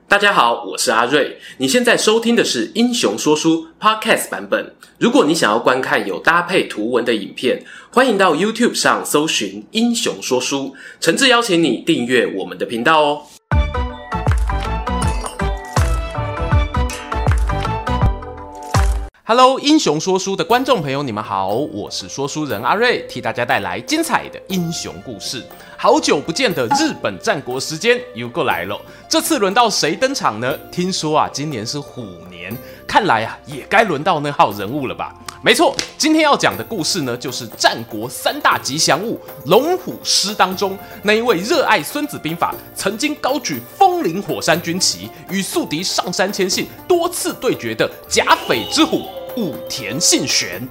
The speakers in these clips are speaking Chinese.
大家好，我是阿瑞。你现在收听的是英雄说书 Podcast 版本。如果你想要观看有搭配图文的影片，欢迎到 YouTube 上搜寻英雄说书，诚挚邀请你订阅我们的频道哦。Hello， 英雄说书的观众朋友，你们好，我是说书人阿瑞，替大家带来精彩的英雄故事。好久不见的日本战国时间又过来了，这次轮到谁登场呢？听说今年是虎年，看来也该轮到那号人物了吧？没错，今天要讲的故事呢，就是战国三大吉祥物龙虎狮当中那一位热爱孙子兵法，曾经高举风林火山军旗，与宿敌上杉谦信多次对决的甲斐之虎武田信玄。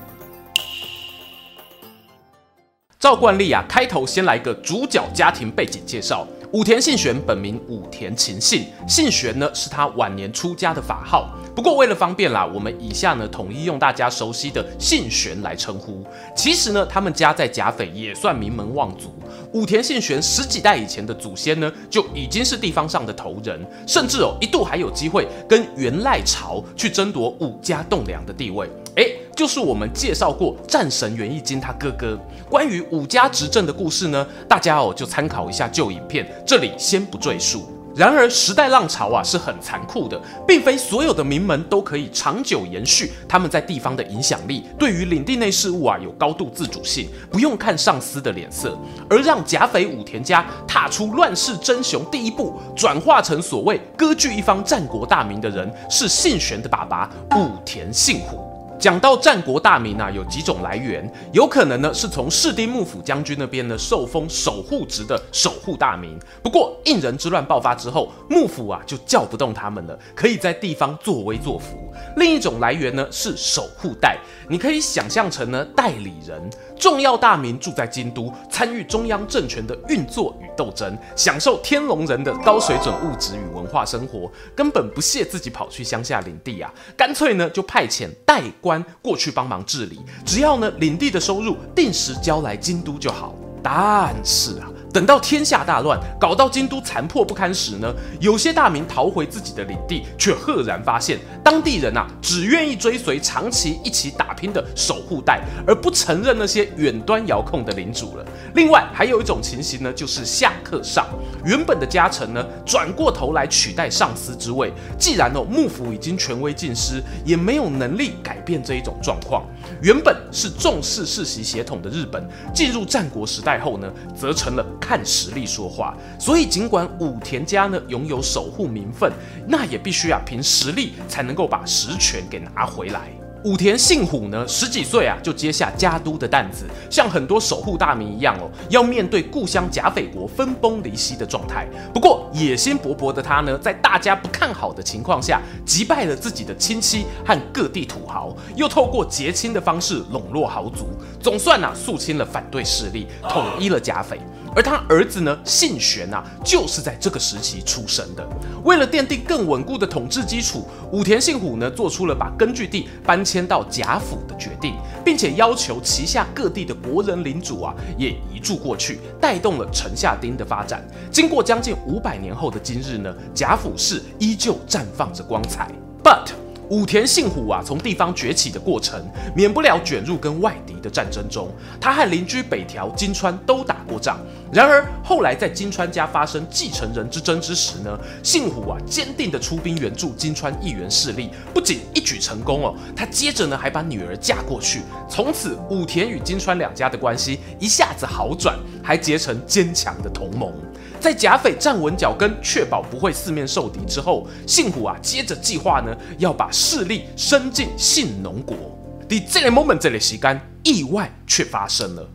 照惯例开头先来个主角家庭背景介绍。武田信玄本名武田勤信，信玄呢是他晚年出家的法号。不过为了方便我们以下呢统一用大家熟悉的信玄来称呼。其实呢，他们家在甲斐也算名门望族。武田信玄十几代以前的祖先呢，就已经是地方上的头人，甚至一度还有机会跟源赖朝去争夺武家栋梁的地位。就是我们介绍过战神源义经他哥哥。关于武家执政的故事呢，大家就参考一下旧影片，这里先不赘述。然而时代浪潮是很残酷的，并非所有的名门都可以长久延续他们在地方的影响力，对于领地内事务有高度自主性，不用看上司的脸色。而让甲斐武田家踏出乱世争雄第一步，转化成所谓割据一方战国大名的人，是信玄的爸爸武田信虎。讲到战国大名有几种来源，有可能呢是从士丁幕府将军那边呢受封守护职的守护大名。不过应仁之乱爆发之后，幕府就叫不动他们了，可以在地方作威作福。另一种来源呢是守护代，你可以想象成呢代理人，重要大名住在京都，参与中央政权的运作与斗争，享受天龙人的高水准物质与文化生活，根本不屑自己跑去乡下领地干脆呢就派遣代官过去帮忙治理，只要呢领地的收入定时交来京都就好。但是等到天下大乱，搞到京都残破不堪时呢，有些大名逃回自己的领地，却赫然发现当地人只愿意追随长期一起打拼的守护代，而不承认那些远端遥控的领主了。另外还有一种情形呢，就是下克上，原本的家臣呢转过头来取代上司之位。既然幕府已经权威尽失，也没有能力改变这一种状况。原本是重视世袭血统的日本，进入战国时代后呢，则成了看实力说话。所以尽管武田家呢拥有守护名分，那也必须凭实力才能够把实权给拿回来。武田信虎呢10几岁就接下家督的担子，像很多守护大名一样要面对故乡甲斐国分崩离析的状态。不过野心勃勃的他呢，在大家不看好的情况下，击败了自己的亲戚和各地土豪，又透过结亲的方式笼络豪族，总算肃清了反对势力，统一了甲斐。而他儿子呢信玄就是在这个时期出生的。为了奠定更稳固的统治基础，武田信虎呢做出了把根据地搬迁到甲府的决定，并且要求旗下各地的国人领主也移驻过去，带动了城下町的发展。经过将近500年后的今日呢，甲府市依旧绽放着光彩。But武田信虎从地方崛起的过程，免不了卷入跟外敌的战争中。他和邻居北条、金川都打过仗。然而后来在金川家发生继承人之争之时呢，信虎坚定的出兵援助金川议员势力，不仅一举成功他接着呢还把女儿嫁过去。从此武田与金川两家的关系一下子好转，还结成坚强的同盟。在甲斐站稳脚跟，确保不会四面受敌之后，信虎接着计划呢，要把势力伸进信浓国。在这个 moment 这个时间，意外却发生了。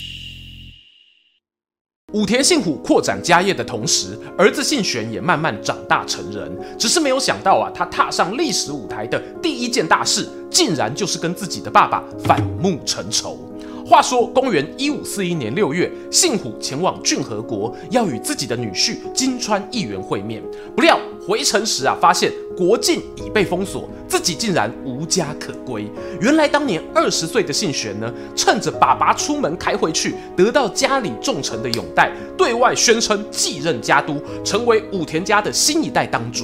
武田信虎扩展家业的同时，儿子信玄也慢慢长大成人。只是没有想到他踏上历史舞台的第一件大事，竟然就是跟自己的爸爸反目成仇。话说，公元1541年6月，信虎前往骏河国，要与自己的女婿金川议员会面。不料回城时发现国境已被封锁，自己竟然无家可归。原来当年20岁的信玄呢，趁着爸爸出门开会去，得到家里重臣的拥戴，对外宣称继任家督，成为武田家的新一代当主。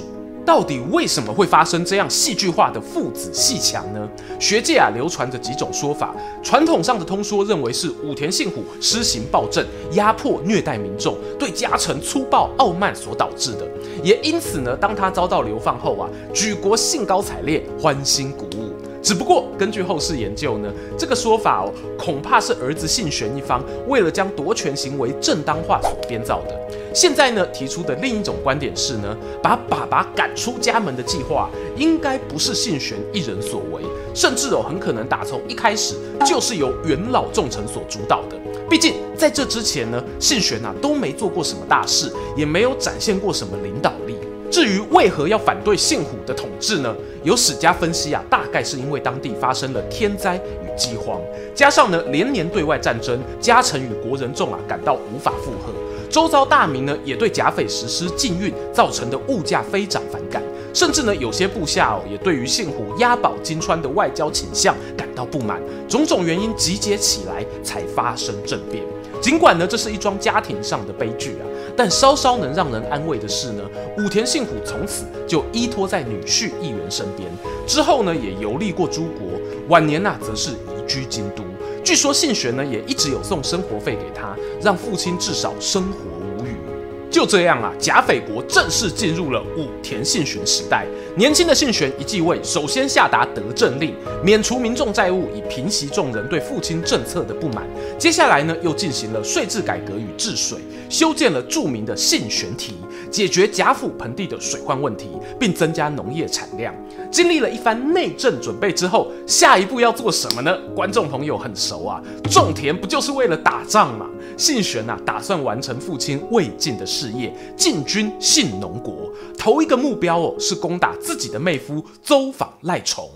到底为什么会发生这样戏剧化的父子戏墙呢？学界流传着几种说法。传统上的通说认为是武田信虎施行暴政、压迫虐待民众，对家臣粗暴傲慢所导致的。也因此呢，当他遭到流放后举国兴高采烈，欢欣鼓舞。只不过根据后世研究呢，这个说法恐怕是儿子信玄一方为了将夺权行为正当化所编造的。现在呢，提出的另一种观点是呢，把爸爸赶出家门的计划应该不是信玄一人所为，甚至很可能打从一开始就是由元老重臣所主导的。毕竟在这之前呢，信玄都没做过什么大事，也没有展现过什么领导力。至于为何要反对信虎的统治呢？有史家分析大概是因为当地发生了天灾与饥荒，加上呢连年对外战争，家臣与国人众感到无法负荷，周遭大民呢也对甲斐实施禁运造成的物价飞涨反感，甚至呢有些部下也对于信虎押宝金川的外交倾向感到不满，种种原因集结起来才发生政变。尽管呢这是一桩家庭上的悲剧但稍稍能让人安慰的是呢，武田信虎从此就依托在女婿义元身边，之后呢也游历过诸国，晚年则是移居京都。据说信玄呢也一直有送生活费给他，让父亲至少生活无虞。就这样甲斐国正式进入了武田信玄时代。年轻的信玄一继位，首先下达德政令，免除民众债务，以平息众人对父亲政策的不满。接下来呢，又进行了税制改革与治水，修建了著名的信玄堤，解决甲府盆地的水患问题，并增加农业产量。经历了一番内政准备之后，下一步要做什么呢？观众朋友很熟种田不就是为了打仗吗？信玄打算完成父亲未尽的事业，进军信农国。头一个目标是攻打自己的妹夫邹访赖崇。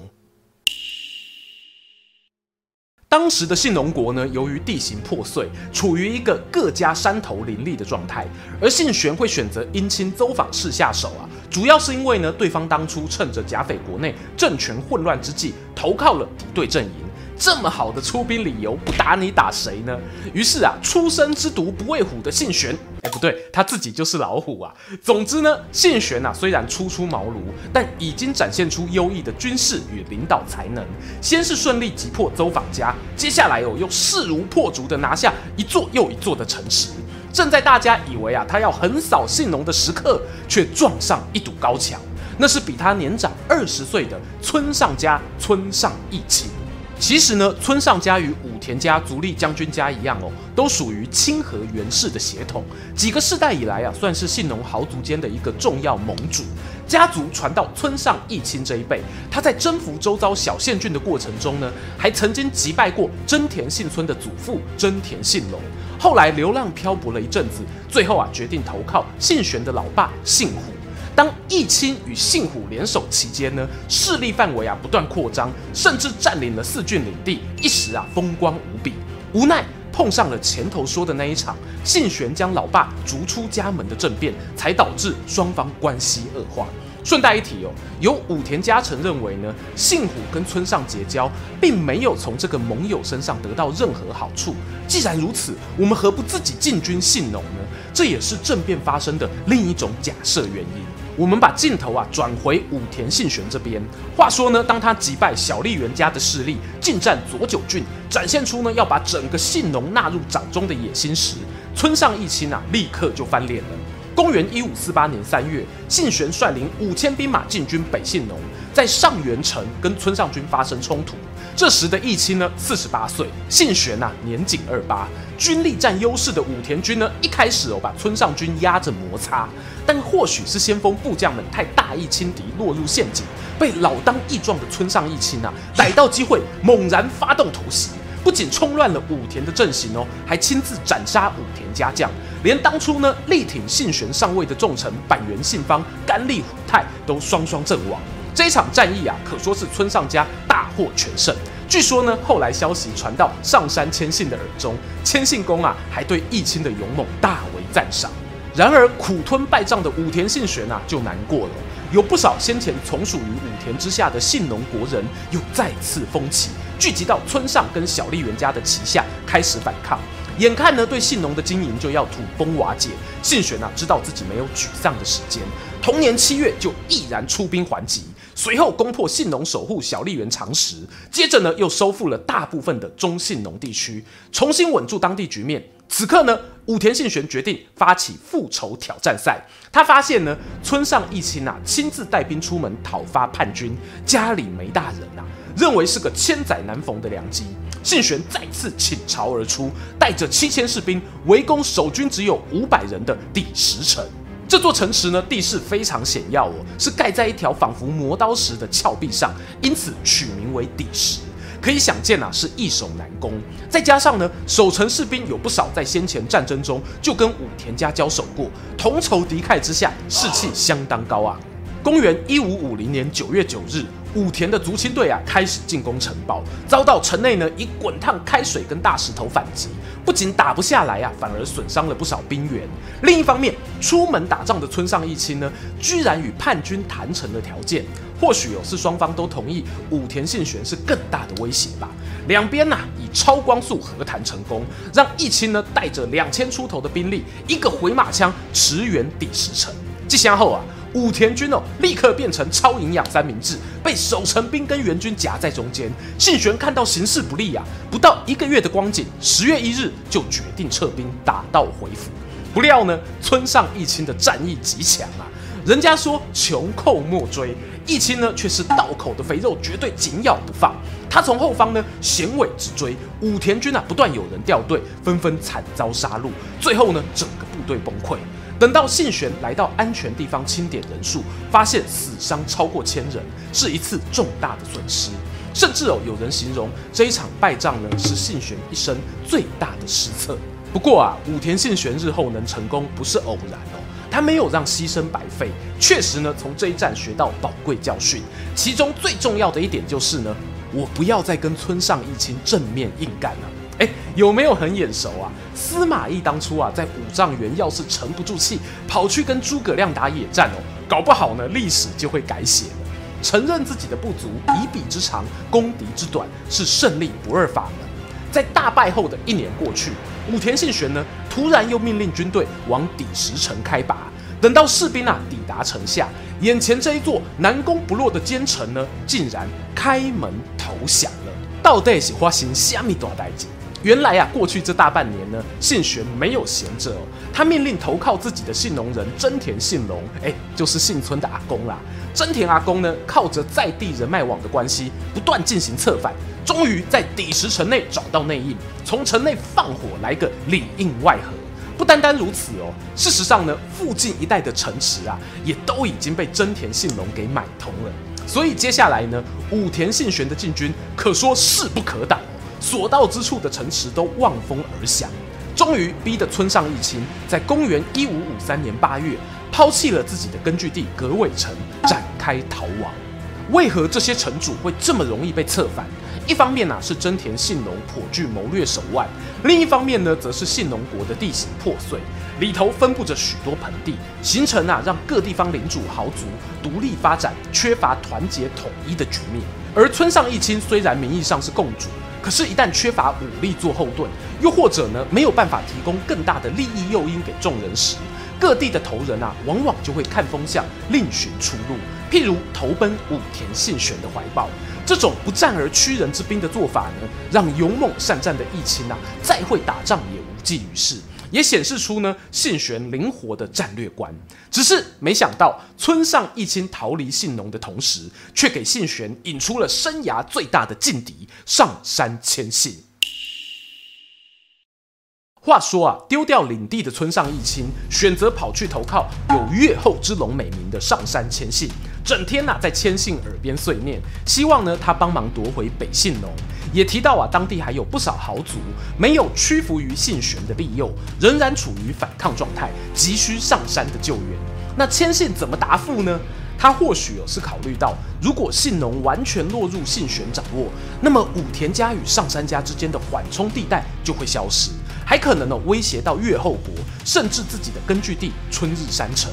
当时的信农国呢，由于地形破碎，处于一个各家山头林立的状态，而信玄会选择姻亲邹访氏下手主要是因为呢，对方当初趁着甲斐国内政权混乱之际，投靠了敌对阵营。这么好的出兵理由，不打你打谁呢？于是出生之犊不畏虎的信玄，不对，他自己就是老虎总之呢，信玄虽然初出茅庐，但已经展现出优异的军事与领导才能。先是顺利击破邹访家，接下来又势如破竹的拿下一座又一座的城池。正在大家以为他要横扫信农的时刻，却撞上一堵高墙，那是比他年长20岁的村上家村上义亲。其实呢，村上家与武田家、足利将军家一样都属于清河源氏的血统，几个世代以来算是信农豪族间的一个重要盟主。家族传到村上义亲这一辈，他在征服周遭小县郡的过程中呢，还曾经击败过真田信村的祖父真田信隆。后来流浪漂泊了一阵子，最后决定投靠信玄的老爸信虎。当义亲与信虎联手期间呢，势力范围不断扩张，甚至占领了4郡领地，一时风光无比。无奈碰上了前头说的那一场信玄将老爸逐出家门的政变，才导致双方关系恶化。顺带一提有武田家臣认为呢，信虎跟村上结交，并没有从这个盟友身上得到任何好处。既然如此，我们何不自己进军信农呢？这也是政变发生的另一种假设原因。我们把镜头转回武田信玄这边。话说呢，当他击败小笠原家的势力，进占佐久郡，展现出呢要把整个信农纳入掌中的野心时，村上义亲立刻就翻脸了。公元1548年3月，信玄率领5000兵马进军北信农，在上元城跟村上军发生冲突。这时的义亲呢48岁，信玄年仅28，军力占优势的武田军呢一开始把村上军压着摩擦，但或许是先锋部将们太大意轻敌，落入陷阱，被老当益壮的村上义亲逮到机会，猛然发动突袭。不仅冲乱了武田的阵型还亲自斩杀武田家将，连当初呢力挺信玄上位的重臣板垣信方、甘利虎太都双双阵亡。这一场战役可说是村上家大获全胜。据说呢，后来消息传到上杉谦信的耳中，谦信公还对义亲的勇猛大为赞赏。然而苦吞败仗的武田信玄就难过了，有不少先前从属于武田之下的信农国人又再次蜂起，聚集到村上跟小笠原家的旗下，开始反抗。 眼看呢对信农的经营就要土崩瓦解，信玄知道自己没有沮丧的时间，同年7月就毅然出兵还击，随后攻破信农守护小笠原长实，接着呢又收复了大部分的中信农地区，重新稳住当地局面。此刻呢，武田信玄决定发起复仇挑战赛。他发现呢，村上义亲亲自带兵出门讨伐叛军，家里没大人认为是个千载难逢的良机。信玄再次倾巢而出，带着7000士兵围攻守军只有500人的第10城。这座城池呢，地势非常险要是盖在一条仿佛磨刀石的峭壁上，因此取名为砥石。可以想见是易守难攻，再加上呢，守城士兵有不少在先前战争中就跟武田家交手过，同仇敌忾之下，士气相当高昂。公元1550年9月9日，武田的足轻队开始进攻城堡，遭到城内呢以滚烫开水跟大石头反击，不仅打不下来反而损伤了不少兵员。另一方面，出门打仗的村上义亲呢，居然与叛军谈成了条件。或许是双方都同意武田信玄是更大的威胁吧。两边以超光速和谈成功，让义亲呢带着2000出头的兵力，一个回马枪驰援第10城。继降后武田军立刻变成超营养三明治，被守城兵跟援军夹在中间。信玄看到形势不利不到1个月的光景，10月1日就决定撤兵，打道回府。不料呢，村上义亲的战意极强人家说穷寇莫追，义亲呢却是道口的肥肉，绝对紧咬不放。他从后方呢衔尾直追，武田军不断有人掉队，纷纷惨遭杀戮，最后呢整个部队崩溃。等到信玄来到安全地方清点人数，发现死伤超过1000人，是一次重大的损失。甚至有人形容这一场败仗呢是信玄一生最大的失策。不过武田信玄日后能成功不是偶然他没有让牺牲白费，确实呢从这一战学到宝贵教训。其中最重要的一点就是呢，我不要再跟村上义亲正面硬干了。有没有很眼熟司马懿当初在五丈原要是沉不住气，跑去跟诸葛亮打野战搞不好呢历史就会改写了。承认自己的不足，以彼之长，攻敌之短，是胜利不二法门。在大败后的1年过去，武田信玄呢突然又命令军队往第10城开拔。等到士兵抵达城下，眼前这一座难攻不落的坚城呢，竟然开门投降了。到底是发生什么大代志？原来过去这大半年呢，信玄没有闲着他命令投靠自己的信农人真田信隆，就是信村的阿公啦。真田阿公呢，靠着在地人脉网的关系，不断进行策反，终于在第10城内找到内应，从城内放火来个里应外合。不单单如此事实上呢，附近一带的城池也都已经被真田信隆给买通了。所以接下来呢，武田信玄的进军可说势不可挡所到之处的城池都望风而降。终于逼得村上义亲在公元1553年8月抛弃了自己的根据地葛尾城，展开逃亡。为何这些城主会这么容易被策反？一方面是真田信隆颇具谋略手腕，另一方面呢，则是信农国的地形破碎，里头分布着许多盆地，形成让各地方领主豪族独立发展，缺乏团结统一的局面。而村上义亲虽然名义上是共主，可是，一旦缺乏武力做后盾，又或者呢没有办法提供更大的利益诱因给众人时，各地的头人往往就会看风向，另寻出路，譬如投奔武田信玄的怀抱。这种不战而屈人之兵的做法呢，让勇猛善战的义亲再会打仗也无济于事，也显示出呢信玄灵活的战略观。只是没想到，村上义亲逃离信农的同时，却给信玄引出了生涯最大的劲敌上杉谦信。话说丢掉领地的村上义亲，选择跑去投靠有越后之龙美名的上杉谦信，整天在谦信耳边碎念，希望呢他帮忙夺回北信农。也提到当地还有不少豪族没有屈服于信玄的利诱，仍然处于反抗状态，急需上杉的救援。那谦信怎么答复呢？他或许是考虑到，如果信农完全落入信玄掌握，那么武田家与上杉家之间的缓冲地带就会消失，还可能威胁到越后国，甚至自己的根据地春日山城。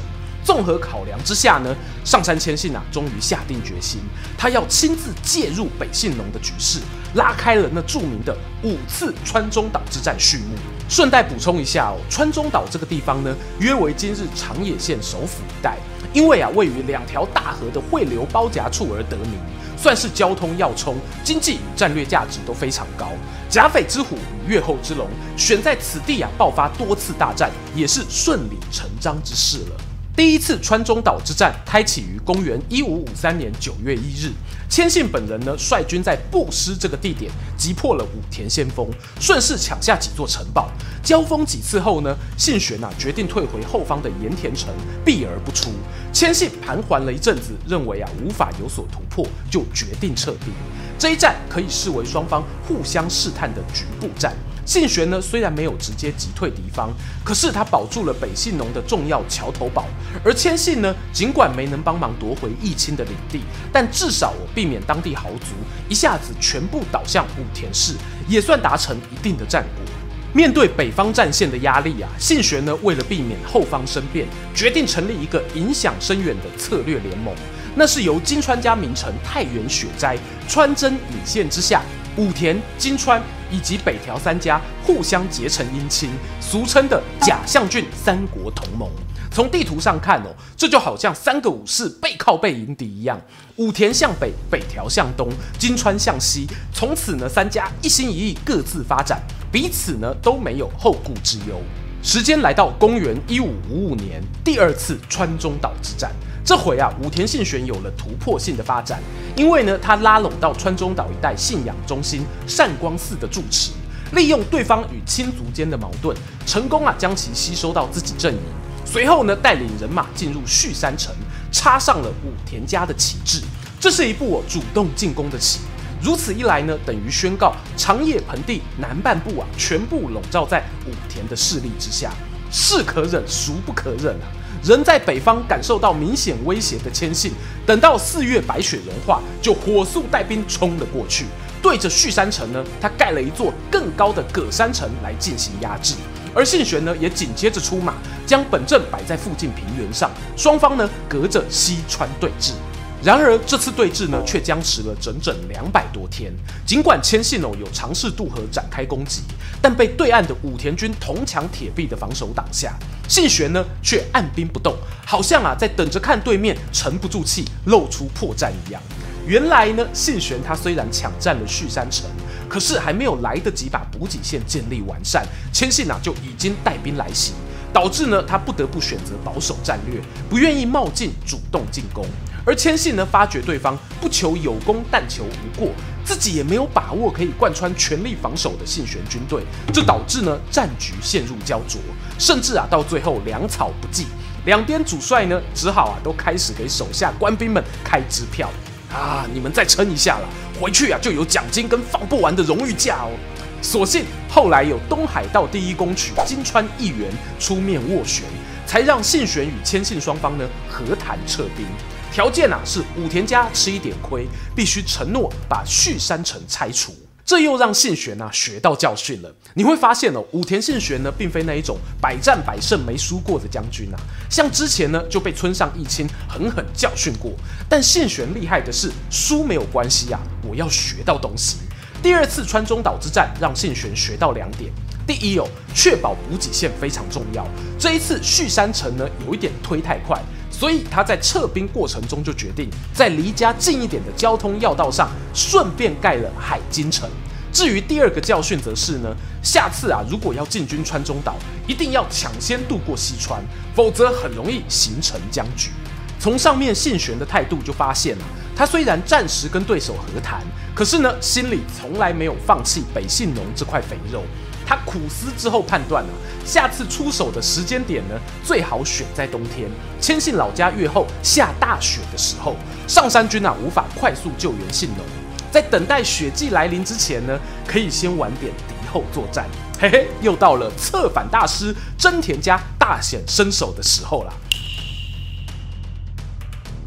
综合考量之下呢，上杉谦信终于下定决心，他要亲自介入北信农的局势，拉开了那著名的5次川中岛之战序幕。顺带补充一下川中岛这个地方呢，约为今日长野县首府一带，因为位于2条大河的汇流包夹处而得名，算是交通要冲，经济与战略价值都非常高。甲斐之虎与越后之龙选在此地爆发多次大战，也是顺理成章之事了。第一次川中岛之战开启于公元1553年9月1日，谦信本人呢率军在布施这个地点击破了武田先锋，顺势抢下几座城堡。交锋几次后呢，信玄决定退回后方的盐田城，避而不出。谦信盘桓了一阵子，认为无法有所突破，就决定撤兵。这一战可以视为双方互相试探的局部战。信玄呢虽然没有直接击退敌方，可是他保住了北信农的重要桥头堡。而谦信呢，尽管没能帮忙夺回义亲的领地，但至少避免当地豪族一下子全部倒向武田氏，也算达成一定的战果。面对北方战线的压力信玄呢为了避免后方生变，决定成立一个影响深远的策略联盟。那是由金川家名臣太原雪斋、川真引线之下，武田、金川以及北条3家互相结成姻亲，俗称的甲相郡3国同盟。从地图上看这就好像3个武士背靠背迎敌一样，武田向北，北条向东，金川向西。从此呢，3家一心一意各自发展，彼此呢都没有后顾之忧。时间来到公元1555年，第2次川中岛之战。这回武田信玄有了突破性的发展，因为呢，他拉拢到川中岛一带信仰中心善光寺的住持，利用对方与亲族间的矛盾，成功将其吸收到自己阵营。随后呢，带领人马进入旭山城，插上了武田家的旗帜。这是一步主动进攻的棋。如此一来呢，等于宣告长野盆地南半部全部笼罩在武田的势力之下。是可忍，孰不可忍人在北方感受到明显威胁的谦信，等到4月白雪融化，就火速带兵冲了过去。对着旭山城呢，他盖了一座更高的葛山城来进行压制。而信玄呢，也紧接着出马，将本阵摆在附近平原上，双方呢隔着西川对峙。然而这次对峙呢，却僵持了整整200多天。尽管谦信有尝试渡河展开攻击，但被对岸的武田军铜墙铁壁的防守挡下。信玄呢，却按兵不动，好像在等着看对面沉不住气，露出破绽一样。原来呢，信玄他虽然抢占了旭山城，可是还没有来得及把补给线建立完善，谦信就已经带兵来袭，导致呢他不得不选择保守战略，不愿意冒进主动进攻。而谦信呢，发觉对方不求有功，但求无过，自己也没有把握可以贯穿全力防守的信玄军队，这导致呢战局陷入焦灼，甚至到最后粮草不济，两边主帅呢只好都开始给手下官兵们开支票你们再撑一下啦，回去就有奖金跟放不完的荣誉假哦。所幸后来有东海道第一公取金川议员出面斡旋，才让信玄与谦信双方呢和谈撤兵。条件是武田家吃一点亏，必须承诺把旭山城拆除。这又让信玄学到教训了。你会发现武田信玄呢，并非那一种百战百胜没输过的将军像之前呢就被村上义亲狠狠教训过。但信玄厉害的是，输没有关系我要学到东西。第2次川中岛之战让信玄学到2点。第一确保补给线非常重要。这一次旭山城呢有一点推太快，所以他在撤兵过程中就决定在离家近一点的交通要道上顺便盖了海津城。至于第2个教训则是呢，下次如果要进军川中岛，一定要抢先渡过西川，否则很容易形成僵局。从上面信玄的态度就发现他虽然暂时跟对手和谈，可是呢心里从来没有放弃北信农这块肥肉。他苦思之后判断下次出手的时间点呢，最好选在冬天，谦信老家越后下大雪的时候，上杉军无法快速救援信农，在等待雪季来临之前呢，可以先晚点敌后作战。嘿嘿，又到了策反大师真田家大显身手的时候啦。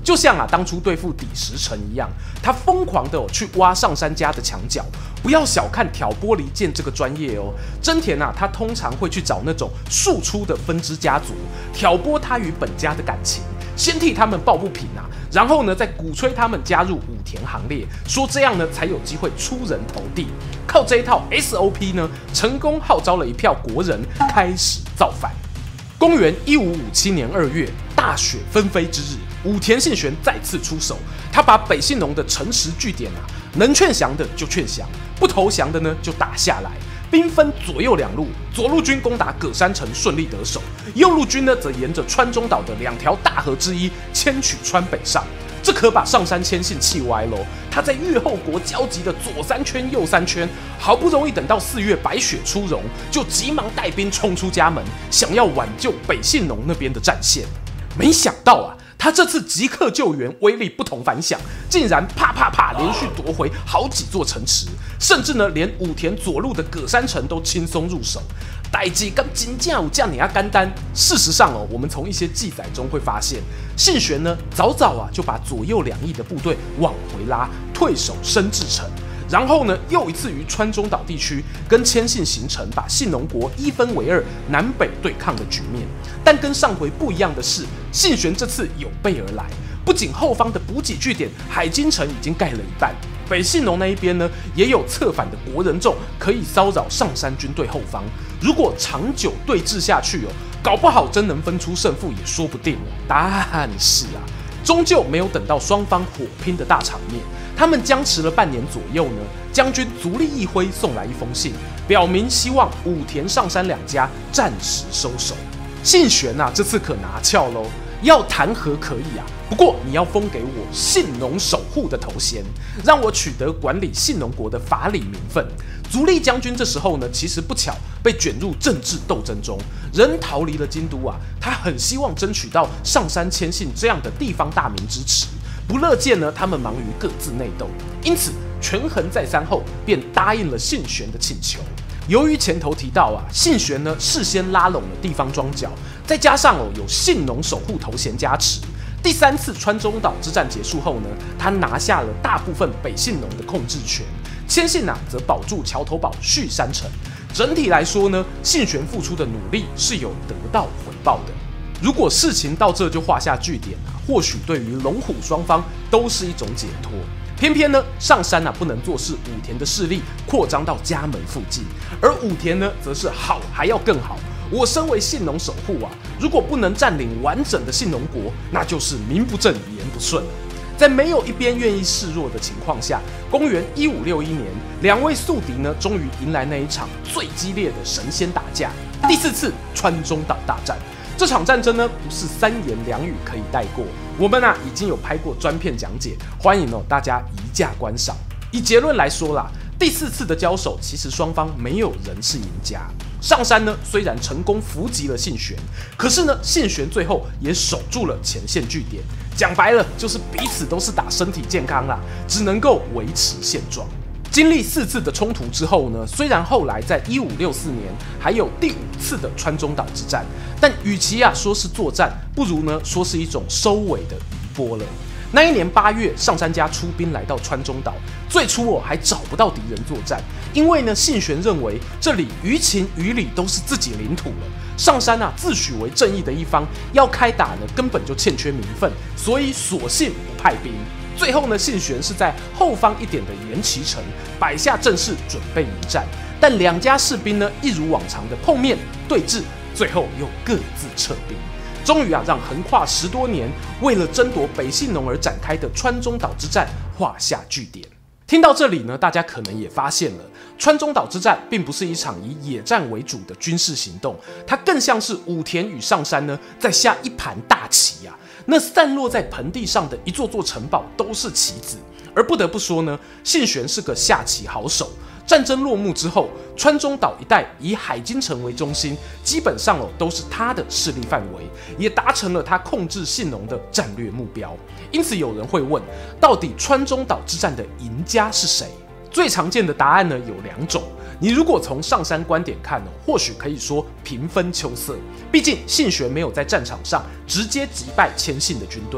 就像当初对付李时成一样，他疯狂的去挖上杉家的墙角。不要小看挑拨离间这个专业哦，真田他通常会去找那种庶出的分支家族，挑拨他与本家的感情，先替他们抱不平然后呢再鼓吹他们加入武田行列，说这样呢才有机会出人头地。靠这一套 SOP 呢，成功号召了一票国人开始造反。公元1557年2月，大雪纷飞之日，武田信玄再次出手，他把北信农的城池据点能劝降的就劝降，不投降的呢就打下来。兵分左右两路，左路军攻打葛山城顺利得手，右路军呢则沿着川中岛的2条大河之一牵取川北上。这可把上杉谦信气歪喽！他在越后国交集的左3圈右3圈，好不容易等到4月白雪初融，就急忙带兵冲出家门，想要挽救北信农那边的战线。没想到他这次即刻救援威力不同凡响，竟然啪啪啪连续夺回好几座城池，甚至呢连武田左路的葛山城都轻松入手。代志跟真正有这么简单。事实上我们从一些记载中会发现，信玄呢早早就把左右2翼的部队往回拉，退守深治城。然后呢，又一次于川中岛地区跟谦信形成把信农国一分为2、南北对抗的局面。但跟上回不一样的是，信玄这次有备而来，不仅后方的补给据点海津城已经盖了一半，北信农那一边呢也有策反的国人众可以骚扰上杉军队后方。如果长久对峙下去搞不好真能分出胜负也说不定。但是终究没有等到双方火拼的大场面。他们僵持了半年左右呢，将军足利义辉送来一封信，表明希望武田上杉2家暂时收手。信玄这次可拿翘喽，要谈和可以不过你要封给我信农守护的头衔，让我取得管理信农国的法理名分。足利将军这时候呢，其实不巧被卷入政治斗争中，人逃离了京都他很希望争取到上杉谦信这样的地方大名支持，不乐见呢他们忙于各自内斗，因此权衡再三后，便答应了信玄的请求。由于前头提到信玄呢事先拉拢了地方庄脚，再加上有信农守护头衔加持，第3次川中岛之战结束后呢，他拿下了大部分北信农的控制权，谦信则保住桥头堡旭山城。整体来说呢，信玄付出的努力是有得到回报的。如果事情到这就画下句点或许对于龙虎双方都是一种解脱。偏偏呢，上杉不能坐视武田的势力扩张到家门附近，而武田呢，则是好还要更好。我身为信农守护如果不能占领完整的信农国，那就是名不正言不顺。在没有一边愿意示弱的情况下，公元1561年，2位宿敌呢，终于迎来那一场最激烈的神仙打架——第4次川中岛大战。这场战争呢，不是3言2语可以带过。我们已经有拍过专片讲解，欢迎大家移驾观赏。以结论来说啦，第4次的交手，其实双方没有人是赢家。上杉呢，虽然成功伏击了信玄，可是呢，信玄最后也守住了前线据点。讲白了，就是彼此都是打身体健康啦，只能够维持现状。经历4次的冲突之后呢，虽然后来在1564年还有第5次的川中岛之战，但与其说是作战，不如呢说是一种收尾的余波了。那一年8月，上杉家出兵来到川中岛，最初还找不到敌人作战，因为呢信玄认为这里于情于理都是自己领土了，上杉自诩为正义的一方，要开打呢根本就欠缺名分，所以索性不派兵。最后呢，信玄是在后方一点的岩崎城摆下阵势，准备迎战。但2家士兵呢，一如往常的碰面对峙，最后又各自撤兵。终于让横跨10多年，为了争夺北信农而展开的川中岛之战画下句点。听到这里呢，大家可能也发现了，川中岛之战并不是一场以野战为主的军事行动，它更像是武田与上杉呢在下一盘大棋那散落在盆地上的一座座城堡都是棋子，而不得不说呢，信玄是个下棋好手。战争落幕之后，川中岛一带以海津城为中心，基本上都是他的势力范围，也达成了他控制信农的战略目标。因此有人会问，到底川中岛之战的赢家是谁？最常见的答案呢有2种。你如果从上杉观点看或许可以说平分秋色，毕竟信玄没有在战场上直接击败谦信的军队。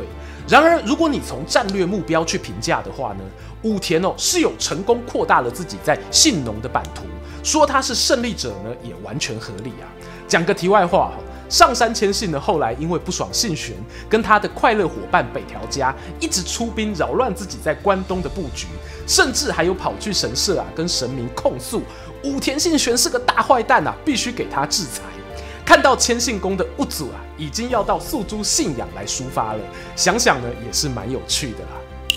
然而，如果你从战略目标去评价的话呢，武田是有成功扩大了自己在信浓的版图，说他是胜利者呢，也完全合理啊。讲个题外话，上杉谦信呢，后来因为不爽信玄跟他的快乐伙伴北条家一直出兵扰乱自己在关东的布局，甚至还有跑去神社啊跟神明控诉武田信玄是个大坏蛋啊，必须给他制裁。看到谦信公的物主啊，已经要到诉诸信仰来抒发了，想想呢也是蛮有趣的啦。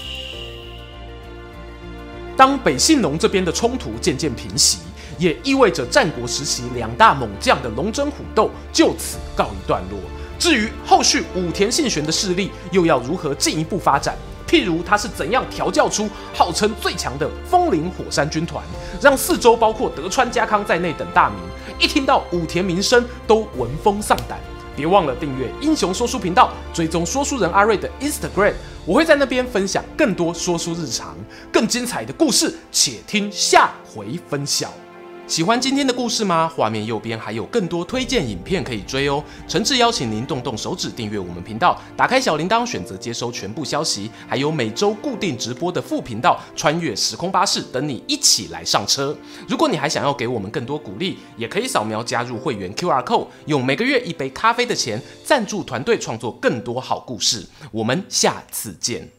当北信浓这边的冲突渐渐平息，也意味着战国时期两大猛将的龙争虎斗就此告一段落。至于后续武田信玄的势力又要如何进一步发展，譬如他是怎样调教出号称最强的风林火山军团，让四周包括德川家康在内等大名一听到武田名声都闻风丧胆。别忘了订阅英雄说书频道，追踪说书人阿瑞的 Instagram， 我会在那边分享更多说书日常，更精彩的故事，且听下回分晓。喜欢今天的故事吗？画面右边还有更多推荐影片可以追哦。诚挚邀请您动动手指订阅我们频道，打开小铃铛，选择接收全部消息，还有每周固定直播的副频道穿越时空巴士等你一起来上车。如果你还想要给我们更多鼓励，也可以扫描加入会员 QR Code， 用每个月1杯咖啡的钱赞助团队创作更多好故事。我们下次见。